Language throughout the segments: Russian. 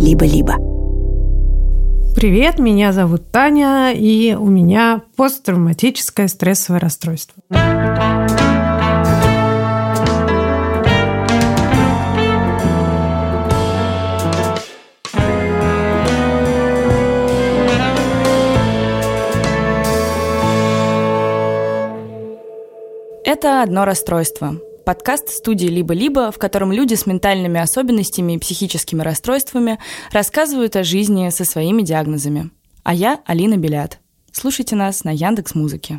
«Либо-либо». Привет, меня зовут Таня, и у меня посттравматическое стрессовое расстройство. Это «Одно расстройство». Подкаст студии «Либо-либо», в котором люди с ментальными особенностями и психическими расстройствами рассказывают о жизни со своими диагнозами. А я Алина Белят. Слушайте нас на Яндекс.Музыке.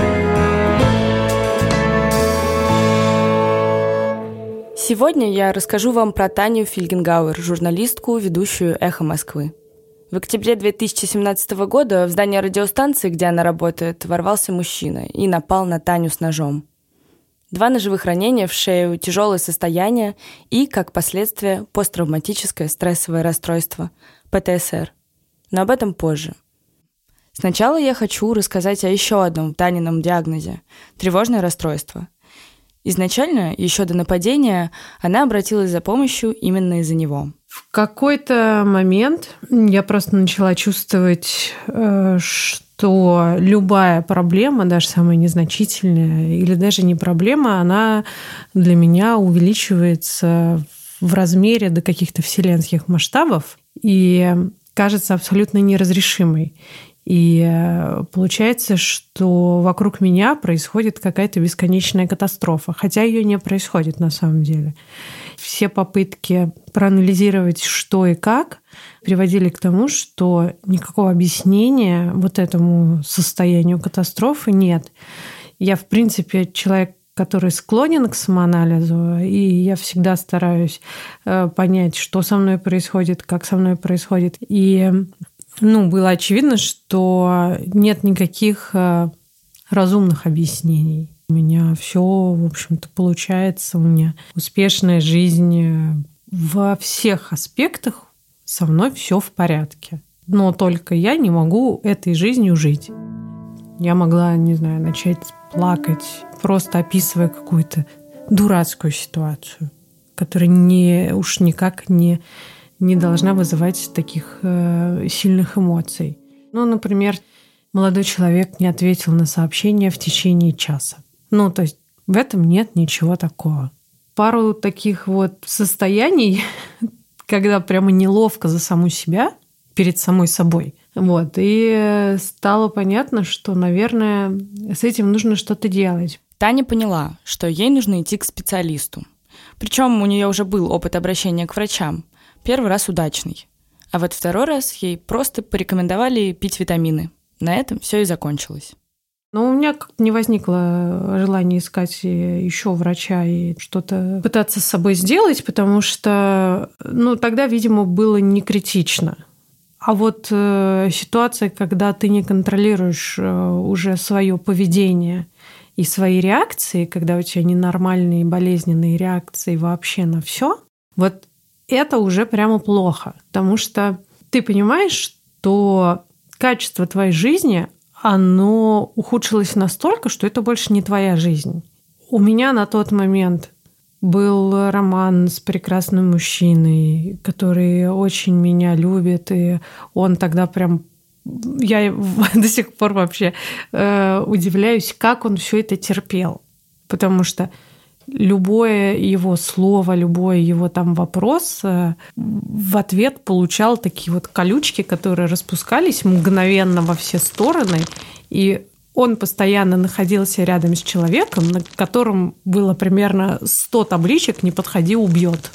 Сегодня я расскажу вам про Таню Фельгенгауэр, журналистку, ведущую «Эхо Москвы». В октябре 2017 года в здание радиостанции, где она работает, ворвался мужчина и напал на Таню с ножом. 2 ножевых ранения в шею, тяжелое состояние и, как последствие, посттравматическое стрессовое расстройство, ПТСР. Но об этом позже. Сначала я хочу рассказать о еще одном Танином диагнозе – тревожное расстройство. Изначально, еще до нападения, она обратилась за помощью именно из-за него. В какой-то момент я просто начала чувствовать, что любая проблема, даже самая незначительная, или даже не проблема, она для меня увеличивается в размере до каких-то вселенских масштабов и кажется абсолютно неразрешимой. И получается, что вокруг меня происходит какая-то бесконечная катастрофа, хотя ее не происходит на самом деле. Все попытки проанализировать, что и как, приводили к тому, что никакого объяснения вот этому состоянию катастрофы нет. Я, в принципе, человек, который склонен к самоанализу, и я всегда стараюсь понять, что со мной происходит, как со мной происходит. И было очевидно, что нет никаких разумных объяснений. У меня все, в общем-то, получается. У меня успешная жизнь во всех аспектах. Со мной все в порядке. Но только я не могу этой жизнью жить. Я могла, начать плакать, просто описывая какую-то дурацкую ситуацию, которая уж никак не должна вызывать таких сильных эмоций. Например, молодой человек не ответил на сообщение в течение часа. То есть в этом нет ничего такого. Пару таких состояний, когда прямо неловко за саму себя, перед самой собой. И стало понятно, что, наверное, с этим нужно что-то делать. Таня поняла, что ей нужно идти к специалисту. Причем у нее уже был опыт обращения к врачам. Первый раз удачный. А вот второй раз ей просто порекомендовали пить витамины. На этом все и закончилось. Но у меня как-то не возникло желания искать еще врача и что-то пытаться с собой сделать, потому что тогда, видимо, было не критично. А ситуация, когда ты не контролируешь уже свое поведение и свои реакции, когда у тебя ненормальные болезненные реакции вообще на все, это уже прямо плохо, потому что ты понимаешь, что качество твоей жизни, оно ухудшилось настолько, что это больше не твоя жизнь. У меня на тот момент был роман с прекрасным мужчиной, который очень меня любит, и он тогда прям... Я до сих пор вообще удивляюсь, как он все это терпел, потому что любое его слово, любой его вопрос в ответ получал такие колючки, которые распускались мгновенно во все стороны. И он постоянно находился рядом с человеком, на котором было примерно 100 табличек «Не подходи, убьет».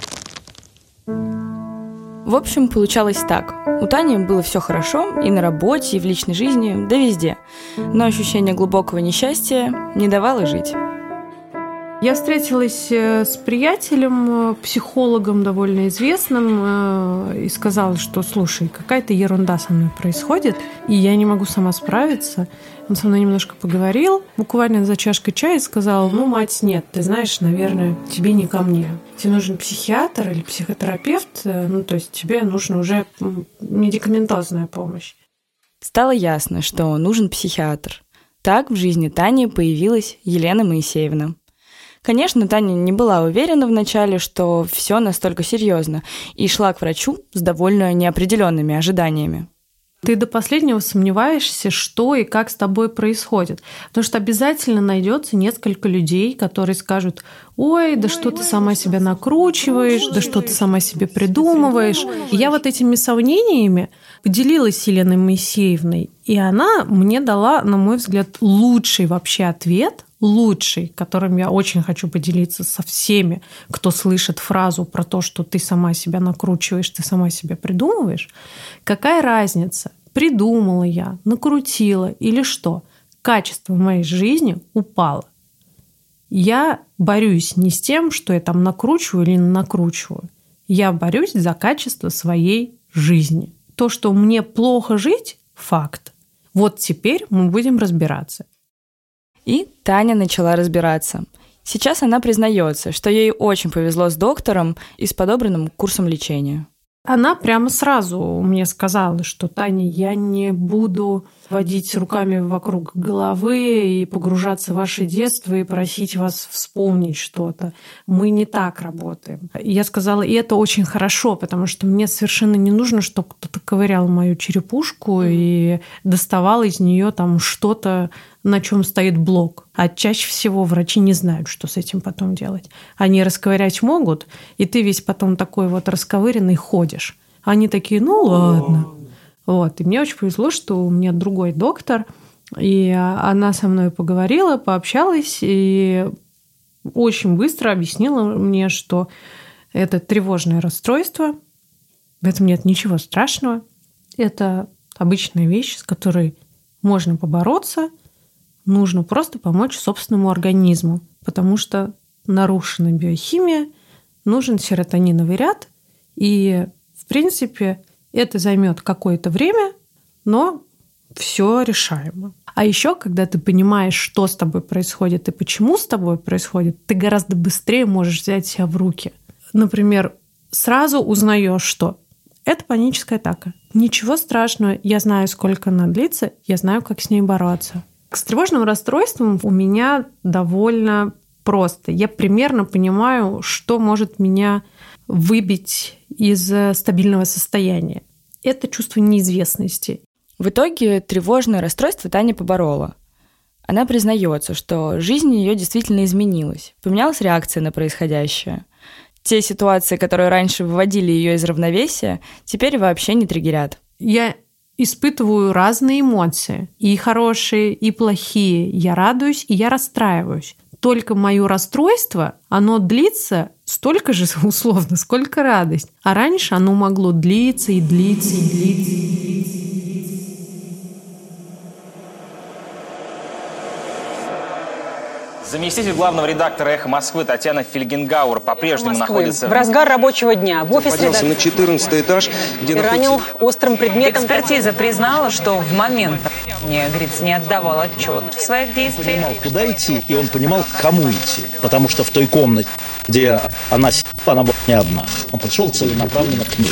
В общем, получалось так. У Тани было все хорошо и на работе, и в личной жизни, да везде. Но ощущение глубокого несчастья не давало жить. Я встретилась с приятелем, психологом довольно известным, и сказала, что, слушай, какая-то ерунда со мной происходит, и я не могу сама справиться. Он со мной немножко поговорил, буквально за чашкой чая, и сказал: мать, нет, ты знаешь, наверное, тебе не ко мне. Тебе нужен психиатр или психотерапевт, то есть тебе нужна уже медикаментозная помощь. Стало ясно, что нужен психиатр. Так в жизни Тани появилась Елена Моисеевна. Конечно, Таня не была уверена вначале, что все настолько серьезно, и шла к врачу с довольно неопределенными ожиданиями. Ты до последнего сомневаешься, что и как с тобой происходит. Потому что обязательно найдется несколько людей, которые скажут: ой, да что ты сама себя накручиваешь, да что ты сама себе придумываешь. И я вот этими сомнениями поделилась с Еленой Моисеевной, и она мне дала, на мой взгляд, лучший вообще ответ, лучший, которым я очень хочу поделиться со всеми, кто слышит фразу про то, что ты сама себя накручиваешь, ты сама себя придумываешь. Какая разница, придумала я, накрутила или что? Качество моей жизни упало. Я борюсь не с тем, что я там накручиваю или не накручиваю. Я борюсь за качество своей жизни. То, что мне плохо жить – факт. Вот теперь мы будем разбираться. И Таня начала разбираться. Сейчас она признается, что ей очень повезло с доктором и с подобранным курсом лечения. Она прямо сразу мне сказала, что: Таня, я не буду водить руками вокруг головы и погружаться в ваше детство и просить вас вспомнить что-то. Мы не так работаем. И я сказала: и это очень хорошо, потому что мне совершенно не нужно, чтобы кто-то ковырял мою черепушку и доставал из нее там что-то, на чем стоит блок. А чаще всего врачи не знают, что с этим потом делать. Они расковырять могут, и ты весь потом такой вот расковыренный ходишь. Они такие: ну ладно. Вот. И мне очень повезло, что у меня другой доктор, и она со мной поговорила, пообщалась, и очень быстро объяснила мне, что это тревожное расстройство, в этом нет ничего страшного, это обычная вещь, с которой можно побороться, нужно просто помочь собственному организму, потому что нарушена биохимия, нужен серотониновый ряд, и, в принципе, это займет какое-то время, но все решаемо. А еще, когда ты понимаешь, что с тобой происходит и почему с тобой происходит, ты гораздо быстрее можешь взять себя в руки. Например, сразу узнаешь, что это паническая атака. Ничего страшного, я знаю, сколько она длится, я знаю, как с ней бороться. С тревожным расстройством у меня довольно просто. Я примерно понимаю, что может меня выбить из стабильного состояния. Это чувство неизвестности. В итоге тревожное расстройство Таня поборола. Она признается, что жизнь ее действительно изменилась, поменялась реакция на происходящее. Те ситуации, которые раньше выводили ее из равновесия, теперь вообще не триггерят. Я испытываю разные эмоции, и хорошие, и плохие. Я радуюсь, и я расстраиваюсь. Только мое расстройство, оно длится столько же условно, сколько радость. А раньше оно могло длиться и длиться, и длиться. Заместитель главного редактора «Эхо Москвы» Татьяна Фельгенгауэр по-прежнему находится... В разгар рабочего дня в офисе... Поднялся на 14 этаж, где ранил острым предметом... Экспертиза признала, что в момент Гриц не отдавал отчет в своих действиях. Он понимал, куда идти, и он понимал, к кому идти. Потому что в той комнате, где она была не одна. Он подошел целенаправленно к ней.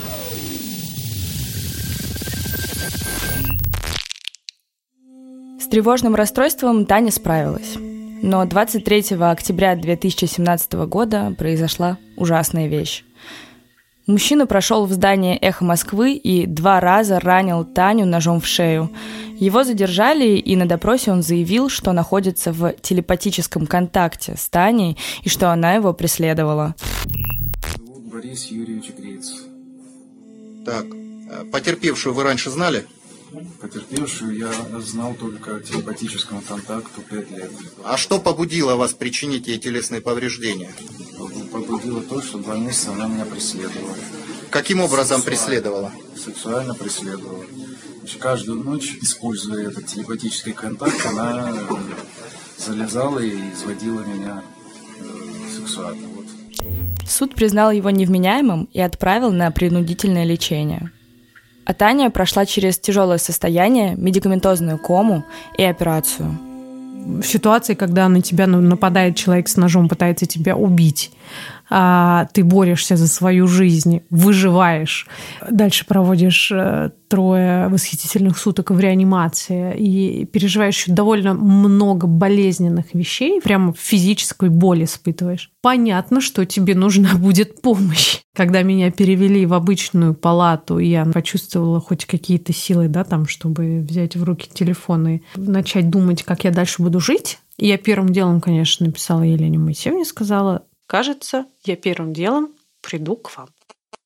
С тревожным расстройством Таня справилась. Но 23 октября 2017 года произошла ужасная вещь. Мужчина прошел в здание «Эхо Москвы» и 2 раза ранил Таню ножом в шею. Его задержали, и на допросе он заявил, что находится в телепатическом контакте с Таней и что она его преследовала. Борис Юрьевич Гриц. Так, потерпевшую вы раньше знали? Потерпевшую я знал только телепатическому контакту 5 лет. А что побудило вас причинить ей телесные повреждения? Побудило то, что 2 месяца она меня преследовала. Каким образом преследовала? Сексуально преследовала. Значит, каждую ночь, используя этот телепатический контакт, она залезала и изводила меня сексуально. Вот. Суд признал его невменяемым и отправил на принудительное лечение. А Таня прошла через тяжелое состояние, медикаментозную кому и операцию. В ситуации, когда на тебя нападает человек с ножом, пытается тебя убить, ты борешься за свою жизнь, выживаешь, дальше проводишь 3 восхитительных суток в реанимации и переживаешь еще довольно много болезненных вещей, прямо физическую боль испытываешь. Понятно, что тебе нужна будет помощь. Когда меня перевели в обычную палату, и я почувствовала хоть какие-то силы, да, там, чтобы взять в руки телефон и начать думать, как я дальше буду жить, я первым делом, конечно, написала Елене Моисеевне, сказала: кажется, я первым делом приду к вам.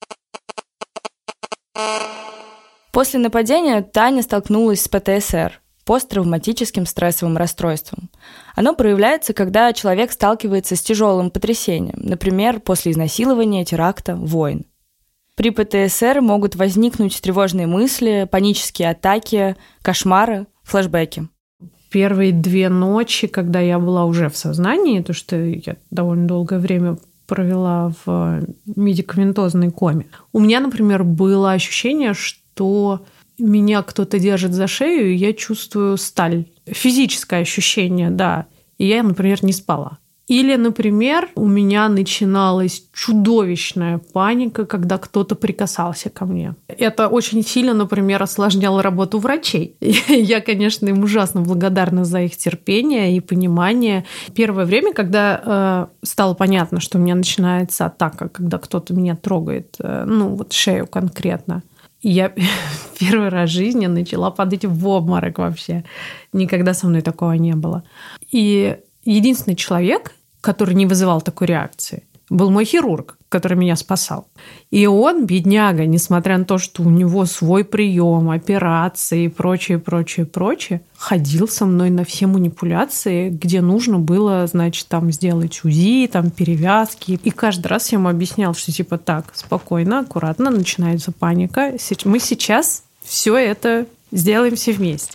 После нападения Таня столкнулась с ПТСР – посттравматическим стрессовым расстройством. Оно проявляется, когда человек сталкивается с тяжелым потрясением, например, после изнасилования, теракта, войн. При ПТСР могут возникнуть тревожные мысли, панические атаки, кошмары, флешбеки. Первые 2 ночи, когда я была уже в сознании, то что я довольно долгое время провела в медикаментозной коме, у меня, например, было ощущение, что меня кто-то держит за шею, и я чувствую сталь. Физическое ощущение, да. И я, например, не спала. Или, например, у меня начиналась чудовищная паника, когда кто-то прикасался ко мне. Это очень сильно, например, осложняло работу врачей. Я, конечно, им ужасно благодарна за их терпение и понимание. Первое время, когда стало понятно, что у меня начинается атака, когда кто-то меня трогает, шею конкретно, я первый раз в жизни начала падать в обморок вообще. Никогда со мной такого не было. И единственный человек, который не вызывал такой реакции, был мой хирург, который меня спасал. И он, бедняга, несмотря на то, что у него свой прием, операции и прочее, ходил со мной на все манипуляции, где нужно было, значит, там сделать УЗИ, там перевязки. И каждый раз я ему объяснял, что типа так, спокойно, аккуратно, начинается паника. Мы сейчас все это сделаем все вместе.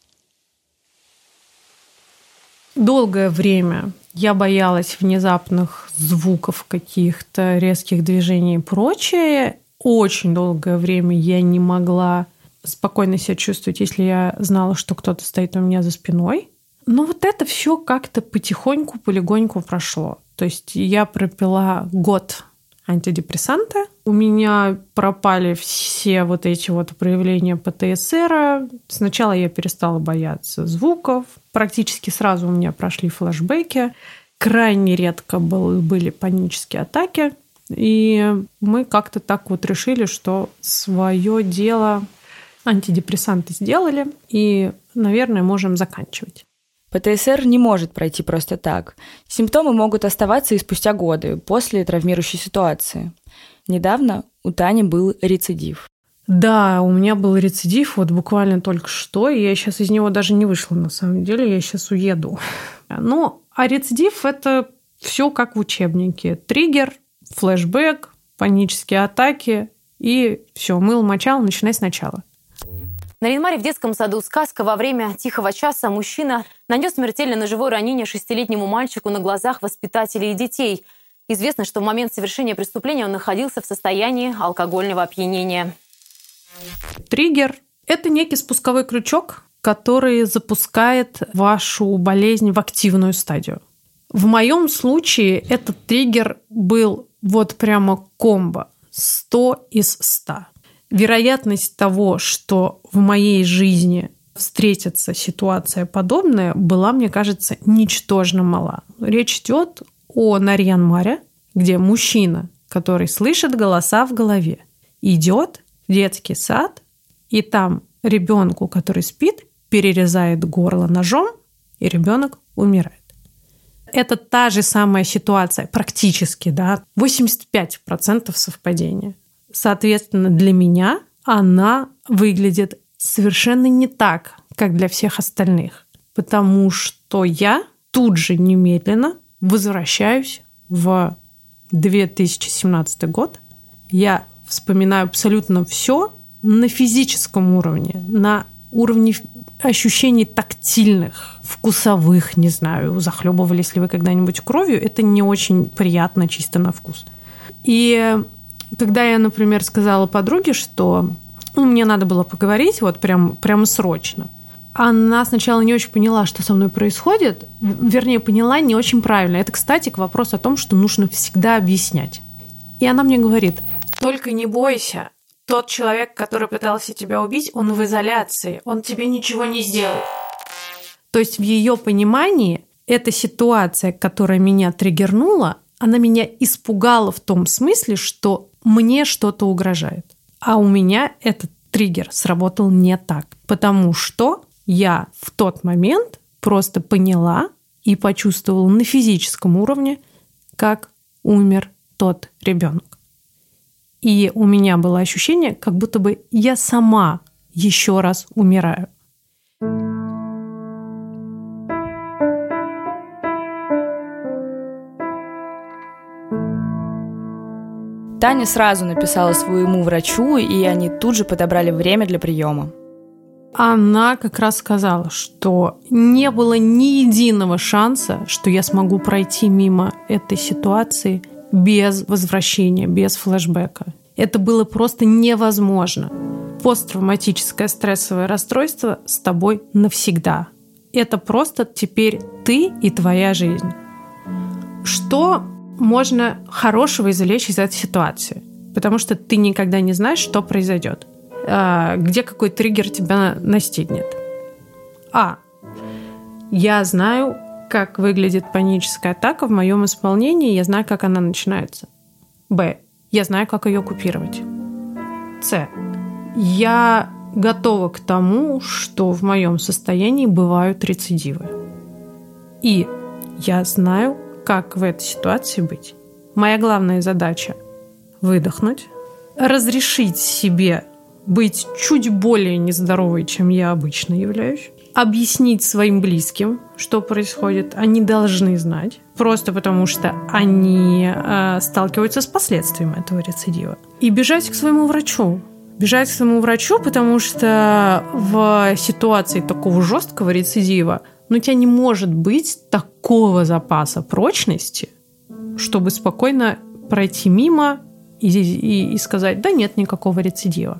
Долгое время я боялась внезапных звуков, каких-то резких движений и прочее. Очень долгое время я не могла спокойно себя чувствовать, если я знала, что кто-то стоит у меня за спиной. Но вот это все как-то потихоньку, полегоньку прошло. То есть я пропила год антидепрессанты. У меня пропали все вот эти вот проявления ПТСР. Сначала я перестала бояться звуков. Практически сразу у меня прошли флешбеки. Крайне редко были панические атаки. И мы как-то так вот решили, что свое дело антидепрессанты сделали. И, наверное, можем заканчивать. ПТСР не может пройти просто так. Симптомы могут оставаться и спустя годы, после травмирующей ситуации. Недавно у Тани был рецидив. Да, у меня был рецидив вот буквально только что, и я сейчас из него даже не вышла, на самом деле, я сейчас уеду. А рецидив – это все как в учебнике. Триггер, флешбэк, панические атаки, и все, мыл-мочал, начинай сначала. На Рейнмаре в детском саду «Сказка» во время тихого часа мужчина нанес смертельно ножевое ранение 6-летнему мальчику на глазах воспитателей и детей. Известно, что в момент совершения преступления он находился в состоянии алкогольного опьянения. Триггер – это некий спусковой крючок, который запускает вашу болезнь в активную стадию. В моем случае этот триггер был вот прямо комбо 100 из 100. Вероятность того, что в моей жизни встретится ситуация подобная, была, мне кажется, ничтожно мала. Речь идет о Нарьян-Маре, где мужчина, который слышит голоса в голове, идет в детский сад, и там ребенку, который спит, перерезает горло ножом, и ребенок умирает. Это та же самая ситуация, практически, да, 85% совпадения. Соответственно, для меня она выглядит совершенно не так, как для всех остальных, потому что я тут же немедленно возвращаюсь в 2017 год. Я вспоминаю абсолютно все на физическом уровне, на уровне ощущений тактильных, вкусовых, не знаю, захлебывались ли вы когда-нибудь кровью, это не очень приятно чисто на вкус. И когда я, например, сказала подруге, что мне надо было поговорить вот прямо срочно, Она сначала не очень поняла, что со мной происходит. Вернее, поняла не очень правильно. Это, кстати, к вопросу о том, что нужно всегда объяснять. И она мне говорит: только не бойся. Тот человек, который пытался тебя убить, он в изоляции. Он тебе ничего не сделает. То есть в ее понимании эта ситуация, которая меня триггернула, она меня испугала в том смысле, что мне что-то угрожает. А у меня этот триггер сработал не так. Потому что я в тот момент просто поняла и почувствовала на физическом уровне, как умер тот ребенок. И у меня было ощущение, как будто бы я сама еще раз умираю. Таня сразу написала своему врачу, и они тут же подобрали время для приема. Она как раз сказала, что не было ни единого шанса, что я смогу пройти мимо этой ситуации без возвращения, без флешбека. Это было просто невозможно. Посттравматическое стрессовое расстройство с тобой навсегда. Это просто теперь ты и твоя жизнь. Что можно хорошего извлечь из этой ситуации? Потому что ты никогда не знаешь, что произойдет. Где какой триггер тебя настигнет. Я знаю, как выглядит паническая атака в моем исполнении, я знаю, как она начинается. Я знаю, как ее купировать. Я готова к тому, что в моем состоянии бывают рецидивы. И я знаю, как в этой ситуации быть. Моя главная задача – выдохнуть, разрешить себе быть чуть более нездоровой, чем я обычно являюсь, объяснить своим близким, что происходит. Они должны знать, просто потому что они сталкиваются с последствиями этого рецидива. И бежать к своему врачу. Потому что в ситуации такого жесткого рецидива у тебя не может быть такого запаса прочности, чтобы спокойно пройти мимо и сказать: да нет никакого рецидива.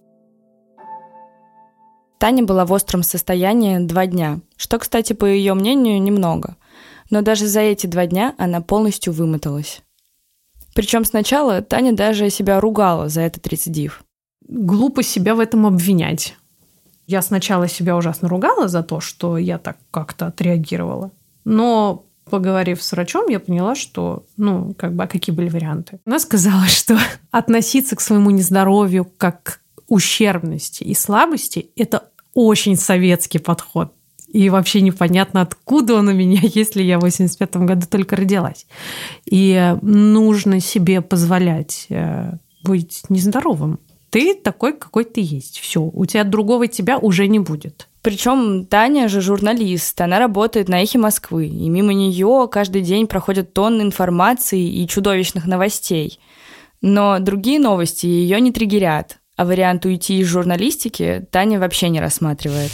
Таня была в остром состоянии 2 дня, что, кстати, по ее мнению, немного. Но даже за эти 2 дня она полностью вымоталась. Причем сначала Таня даже себя ругала за этот рецидив. Глупо себя в этом обвинять. Я сначала себя ужасно ругала за то, что я так как-то отреагировала. Но, поговорив с врачом, я поняла, что, какие были варианты. Она сказала, что относиться к своему нездоровью как к ущербности и слабости – это очень советский подход. И вообще непонятно, откуда он у меня, если я в 85 году только родилась. И нужно себе позволять быть нездоровым. Ты такой, какой ты есть. Все, у тебя другого тебя уже не будет. Причем Таня же журналист, она работает на «Эхе Москвы», и мимо нее каждый день проходят тонны информации и чудовищных новостей. Но другие новости ее не триггерят, а вариант уйти из журналистики Таня вообще не рассматривает.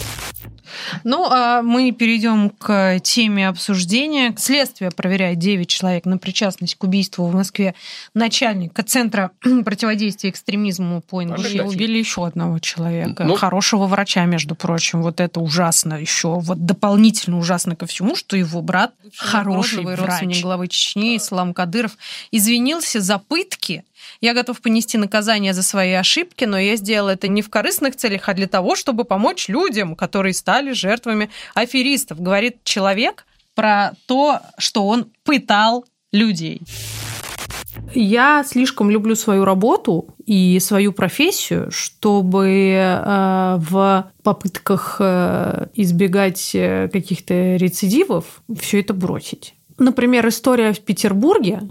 А мы перейдем к теме обсуждения. Следствие проверяет 9 человек на причастность к убийству в Москве начальника Центра противодействия экстремизму по НГЧ. Убили еще одного человека. Хорошего врача, между прочим. Вот это ужасно еще. Вот дополнительно ужасно ко всему, что его брат, хороший врач, родственник главы Чечни, Ислам Кадыров, извинился за пытки. Я готов понести наказание за свои ошибки, но я сделал это не в корыстных целях, а для того, чтобы помочь людям, которые стали жертвами аферистов. Говорит человек про то, что он пытал людей. Я слишком люблю свою работу и свою профессию, чтобы в попытках избегать каких-то рецидивов все это бросить. Например, история в Петербурге,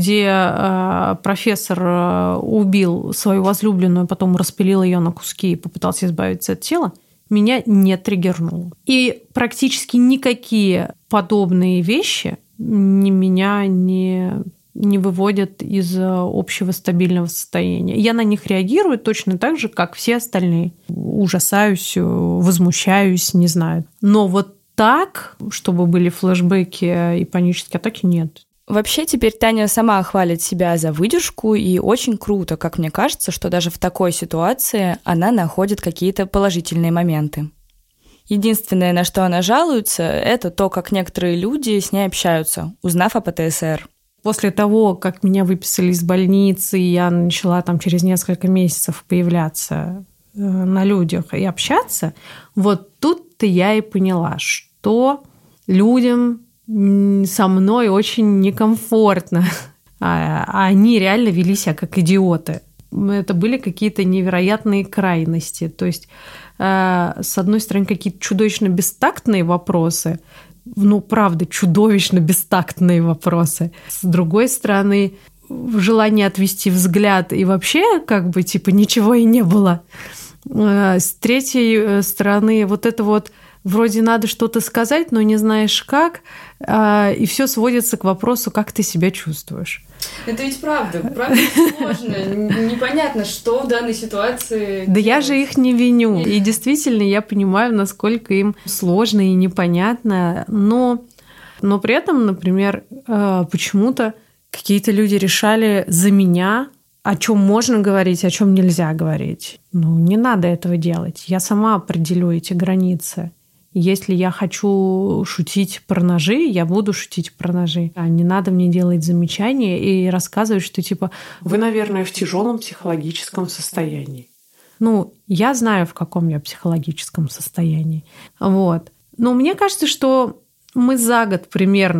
где профессор убил свою возлюбленную, потом распилил ее на куски и попытался избавиться от тела, меня не триггернуло. И практически никакие подобные вещи меня не выводят из общего стабильного состояния. Я на них реагирую точно так же, как все остальные. Ужасаюсь, возмущаюсь, не знаю. Но вот так, чтобы были флешбеки и панические атаки, нет. Вообще, теперь Таня сама хвалит себя за выдержку, и очень круто, как мне кажется, что даже в такой ситуации она находит какие-то положительные моменты. Единственное, на что она жалуется, это то, как некоторые люди с ней общаются, узнав о ПТСР. После того, как меня выписали из больницы, я начала там через несколько месяцев появляться на людях и общаться, вот тут-то я и поняла, что людям со мной очень некомфортно. А они реально вели себя как идиоты. Это были какие-то невероятные крайности. То есть, с одной стороны, какие-то чудовищно бестактные вопросы, правда, чудовищно бестактные вопросы. С другой стороны, желание отвести взгляд и вообще ничего и не было. С третьей стороны, вот это вот вроде надо что-то сказать, но не знаешь как, и все сводится к вопросу, как ты себя чувствуешь. Это ведь правда сложно, непонятно, что в данной ситуации. Да я же их не виню, и действительно я понимаю, насколько им сложно и непонятно, но при этом, например, почему-то какие-то люди решали за меня, о чем можно говорить, о чем нельзя говорить. Не надо этого делать. Я сама определю эти границы. Если я хочу шутить про ножи, я буду шутить про ножи. А не надо мне делать замечания и рассказывать, что вы, наверное, в тяжелом психологическом состоянии. Я знаю, в каком я психологическом состоянии. Вот. Но мне кажется, что мы за год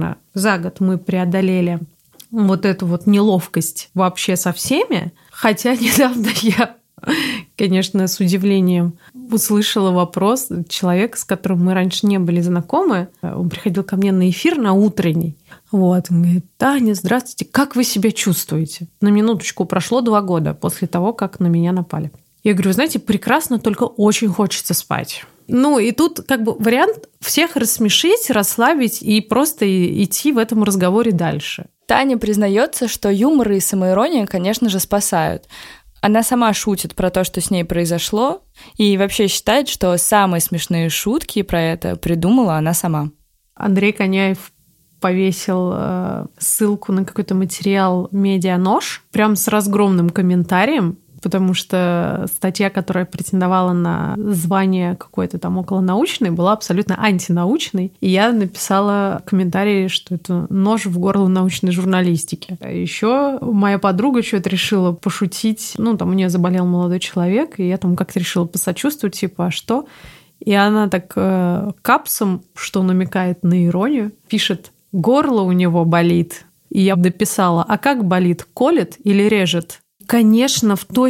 мы преодолели вот эту вот неловкость вообще со всеми. Хотя недавно я, конечно, с удивлением услышала вопрос человека, с которым мы раньше не были знакомы. Он приходил ко мне на эфир, на утренний. Вот. Он говорит: Таня, здравствуйте, как вы себя чувствуете? На минуточку, прошло 2 года после того, как на меня напали. Я говорю: вы знаете, прекрасно, только очень хочется спать. И тут вариант всех рассмешить, расслабить и просто идти в этом разговоре дальше. Таня признается, что юмор и самоирония, конечно же, спасают. Она сама шутит про то, что с ней произошло, и вообще считает, что самые смешные шутки про это придумала она сама. Андрей Коняев повесил ссылку на какой-то материал «Медианож», прям с разгромным комментарием, потому что статья, которая претендовала на звание какой-то там околонаучной, была абсолютно антинаучной. И я написала комментарий, что это нож в горло научной журналистики. А еще моя подруга что-то решила пошутить. У нее заболел молодой человек, и я там как-то решила посочувствовать, а что? И она так капсом, что намекает на иронию, пишет: горло у него болит. И я дописала: а как болит, колет или режет? Конечно, в той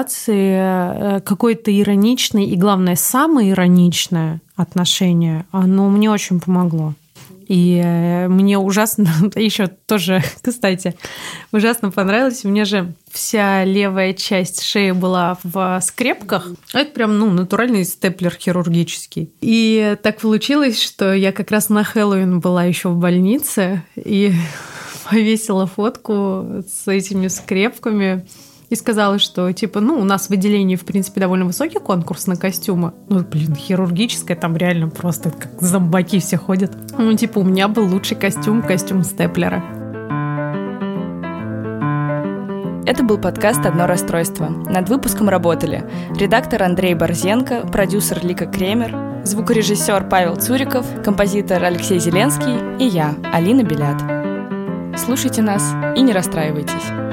ситуации какое-то ироничное и, главное, самое ироничное отношение, оно мне очень помогло. И мне ужасно, еще тоже, кстати, ужасно понравилось. У меня же вся левая часть шеи была в скрепках. Это прям, натуральный степлер хирургический. И так получилось, что я как раз на Хэллоуин была еще в больнице и повесила фотку с этими скрепками и сказала, что, у нас в отделении, в принципе, довольно высокий конкурс на костюмы. Хирургическое, там реально просто как зомбаки все ходят. У меня был лучший костюм степлера. Это был подкаст «Одно расстройство». Над выпуском работали редактор Андрей Борзенко, продюсер Лика Кремер, звукорежиссер Павел Цуриков, композитор Алексей Зеленский и я, Алина Белят. Слушайте нас и не расстраивайтесь.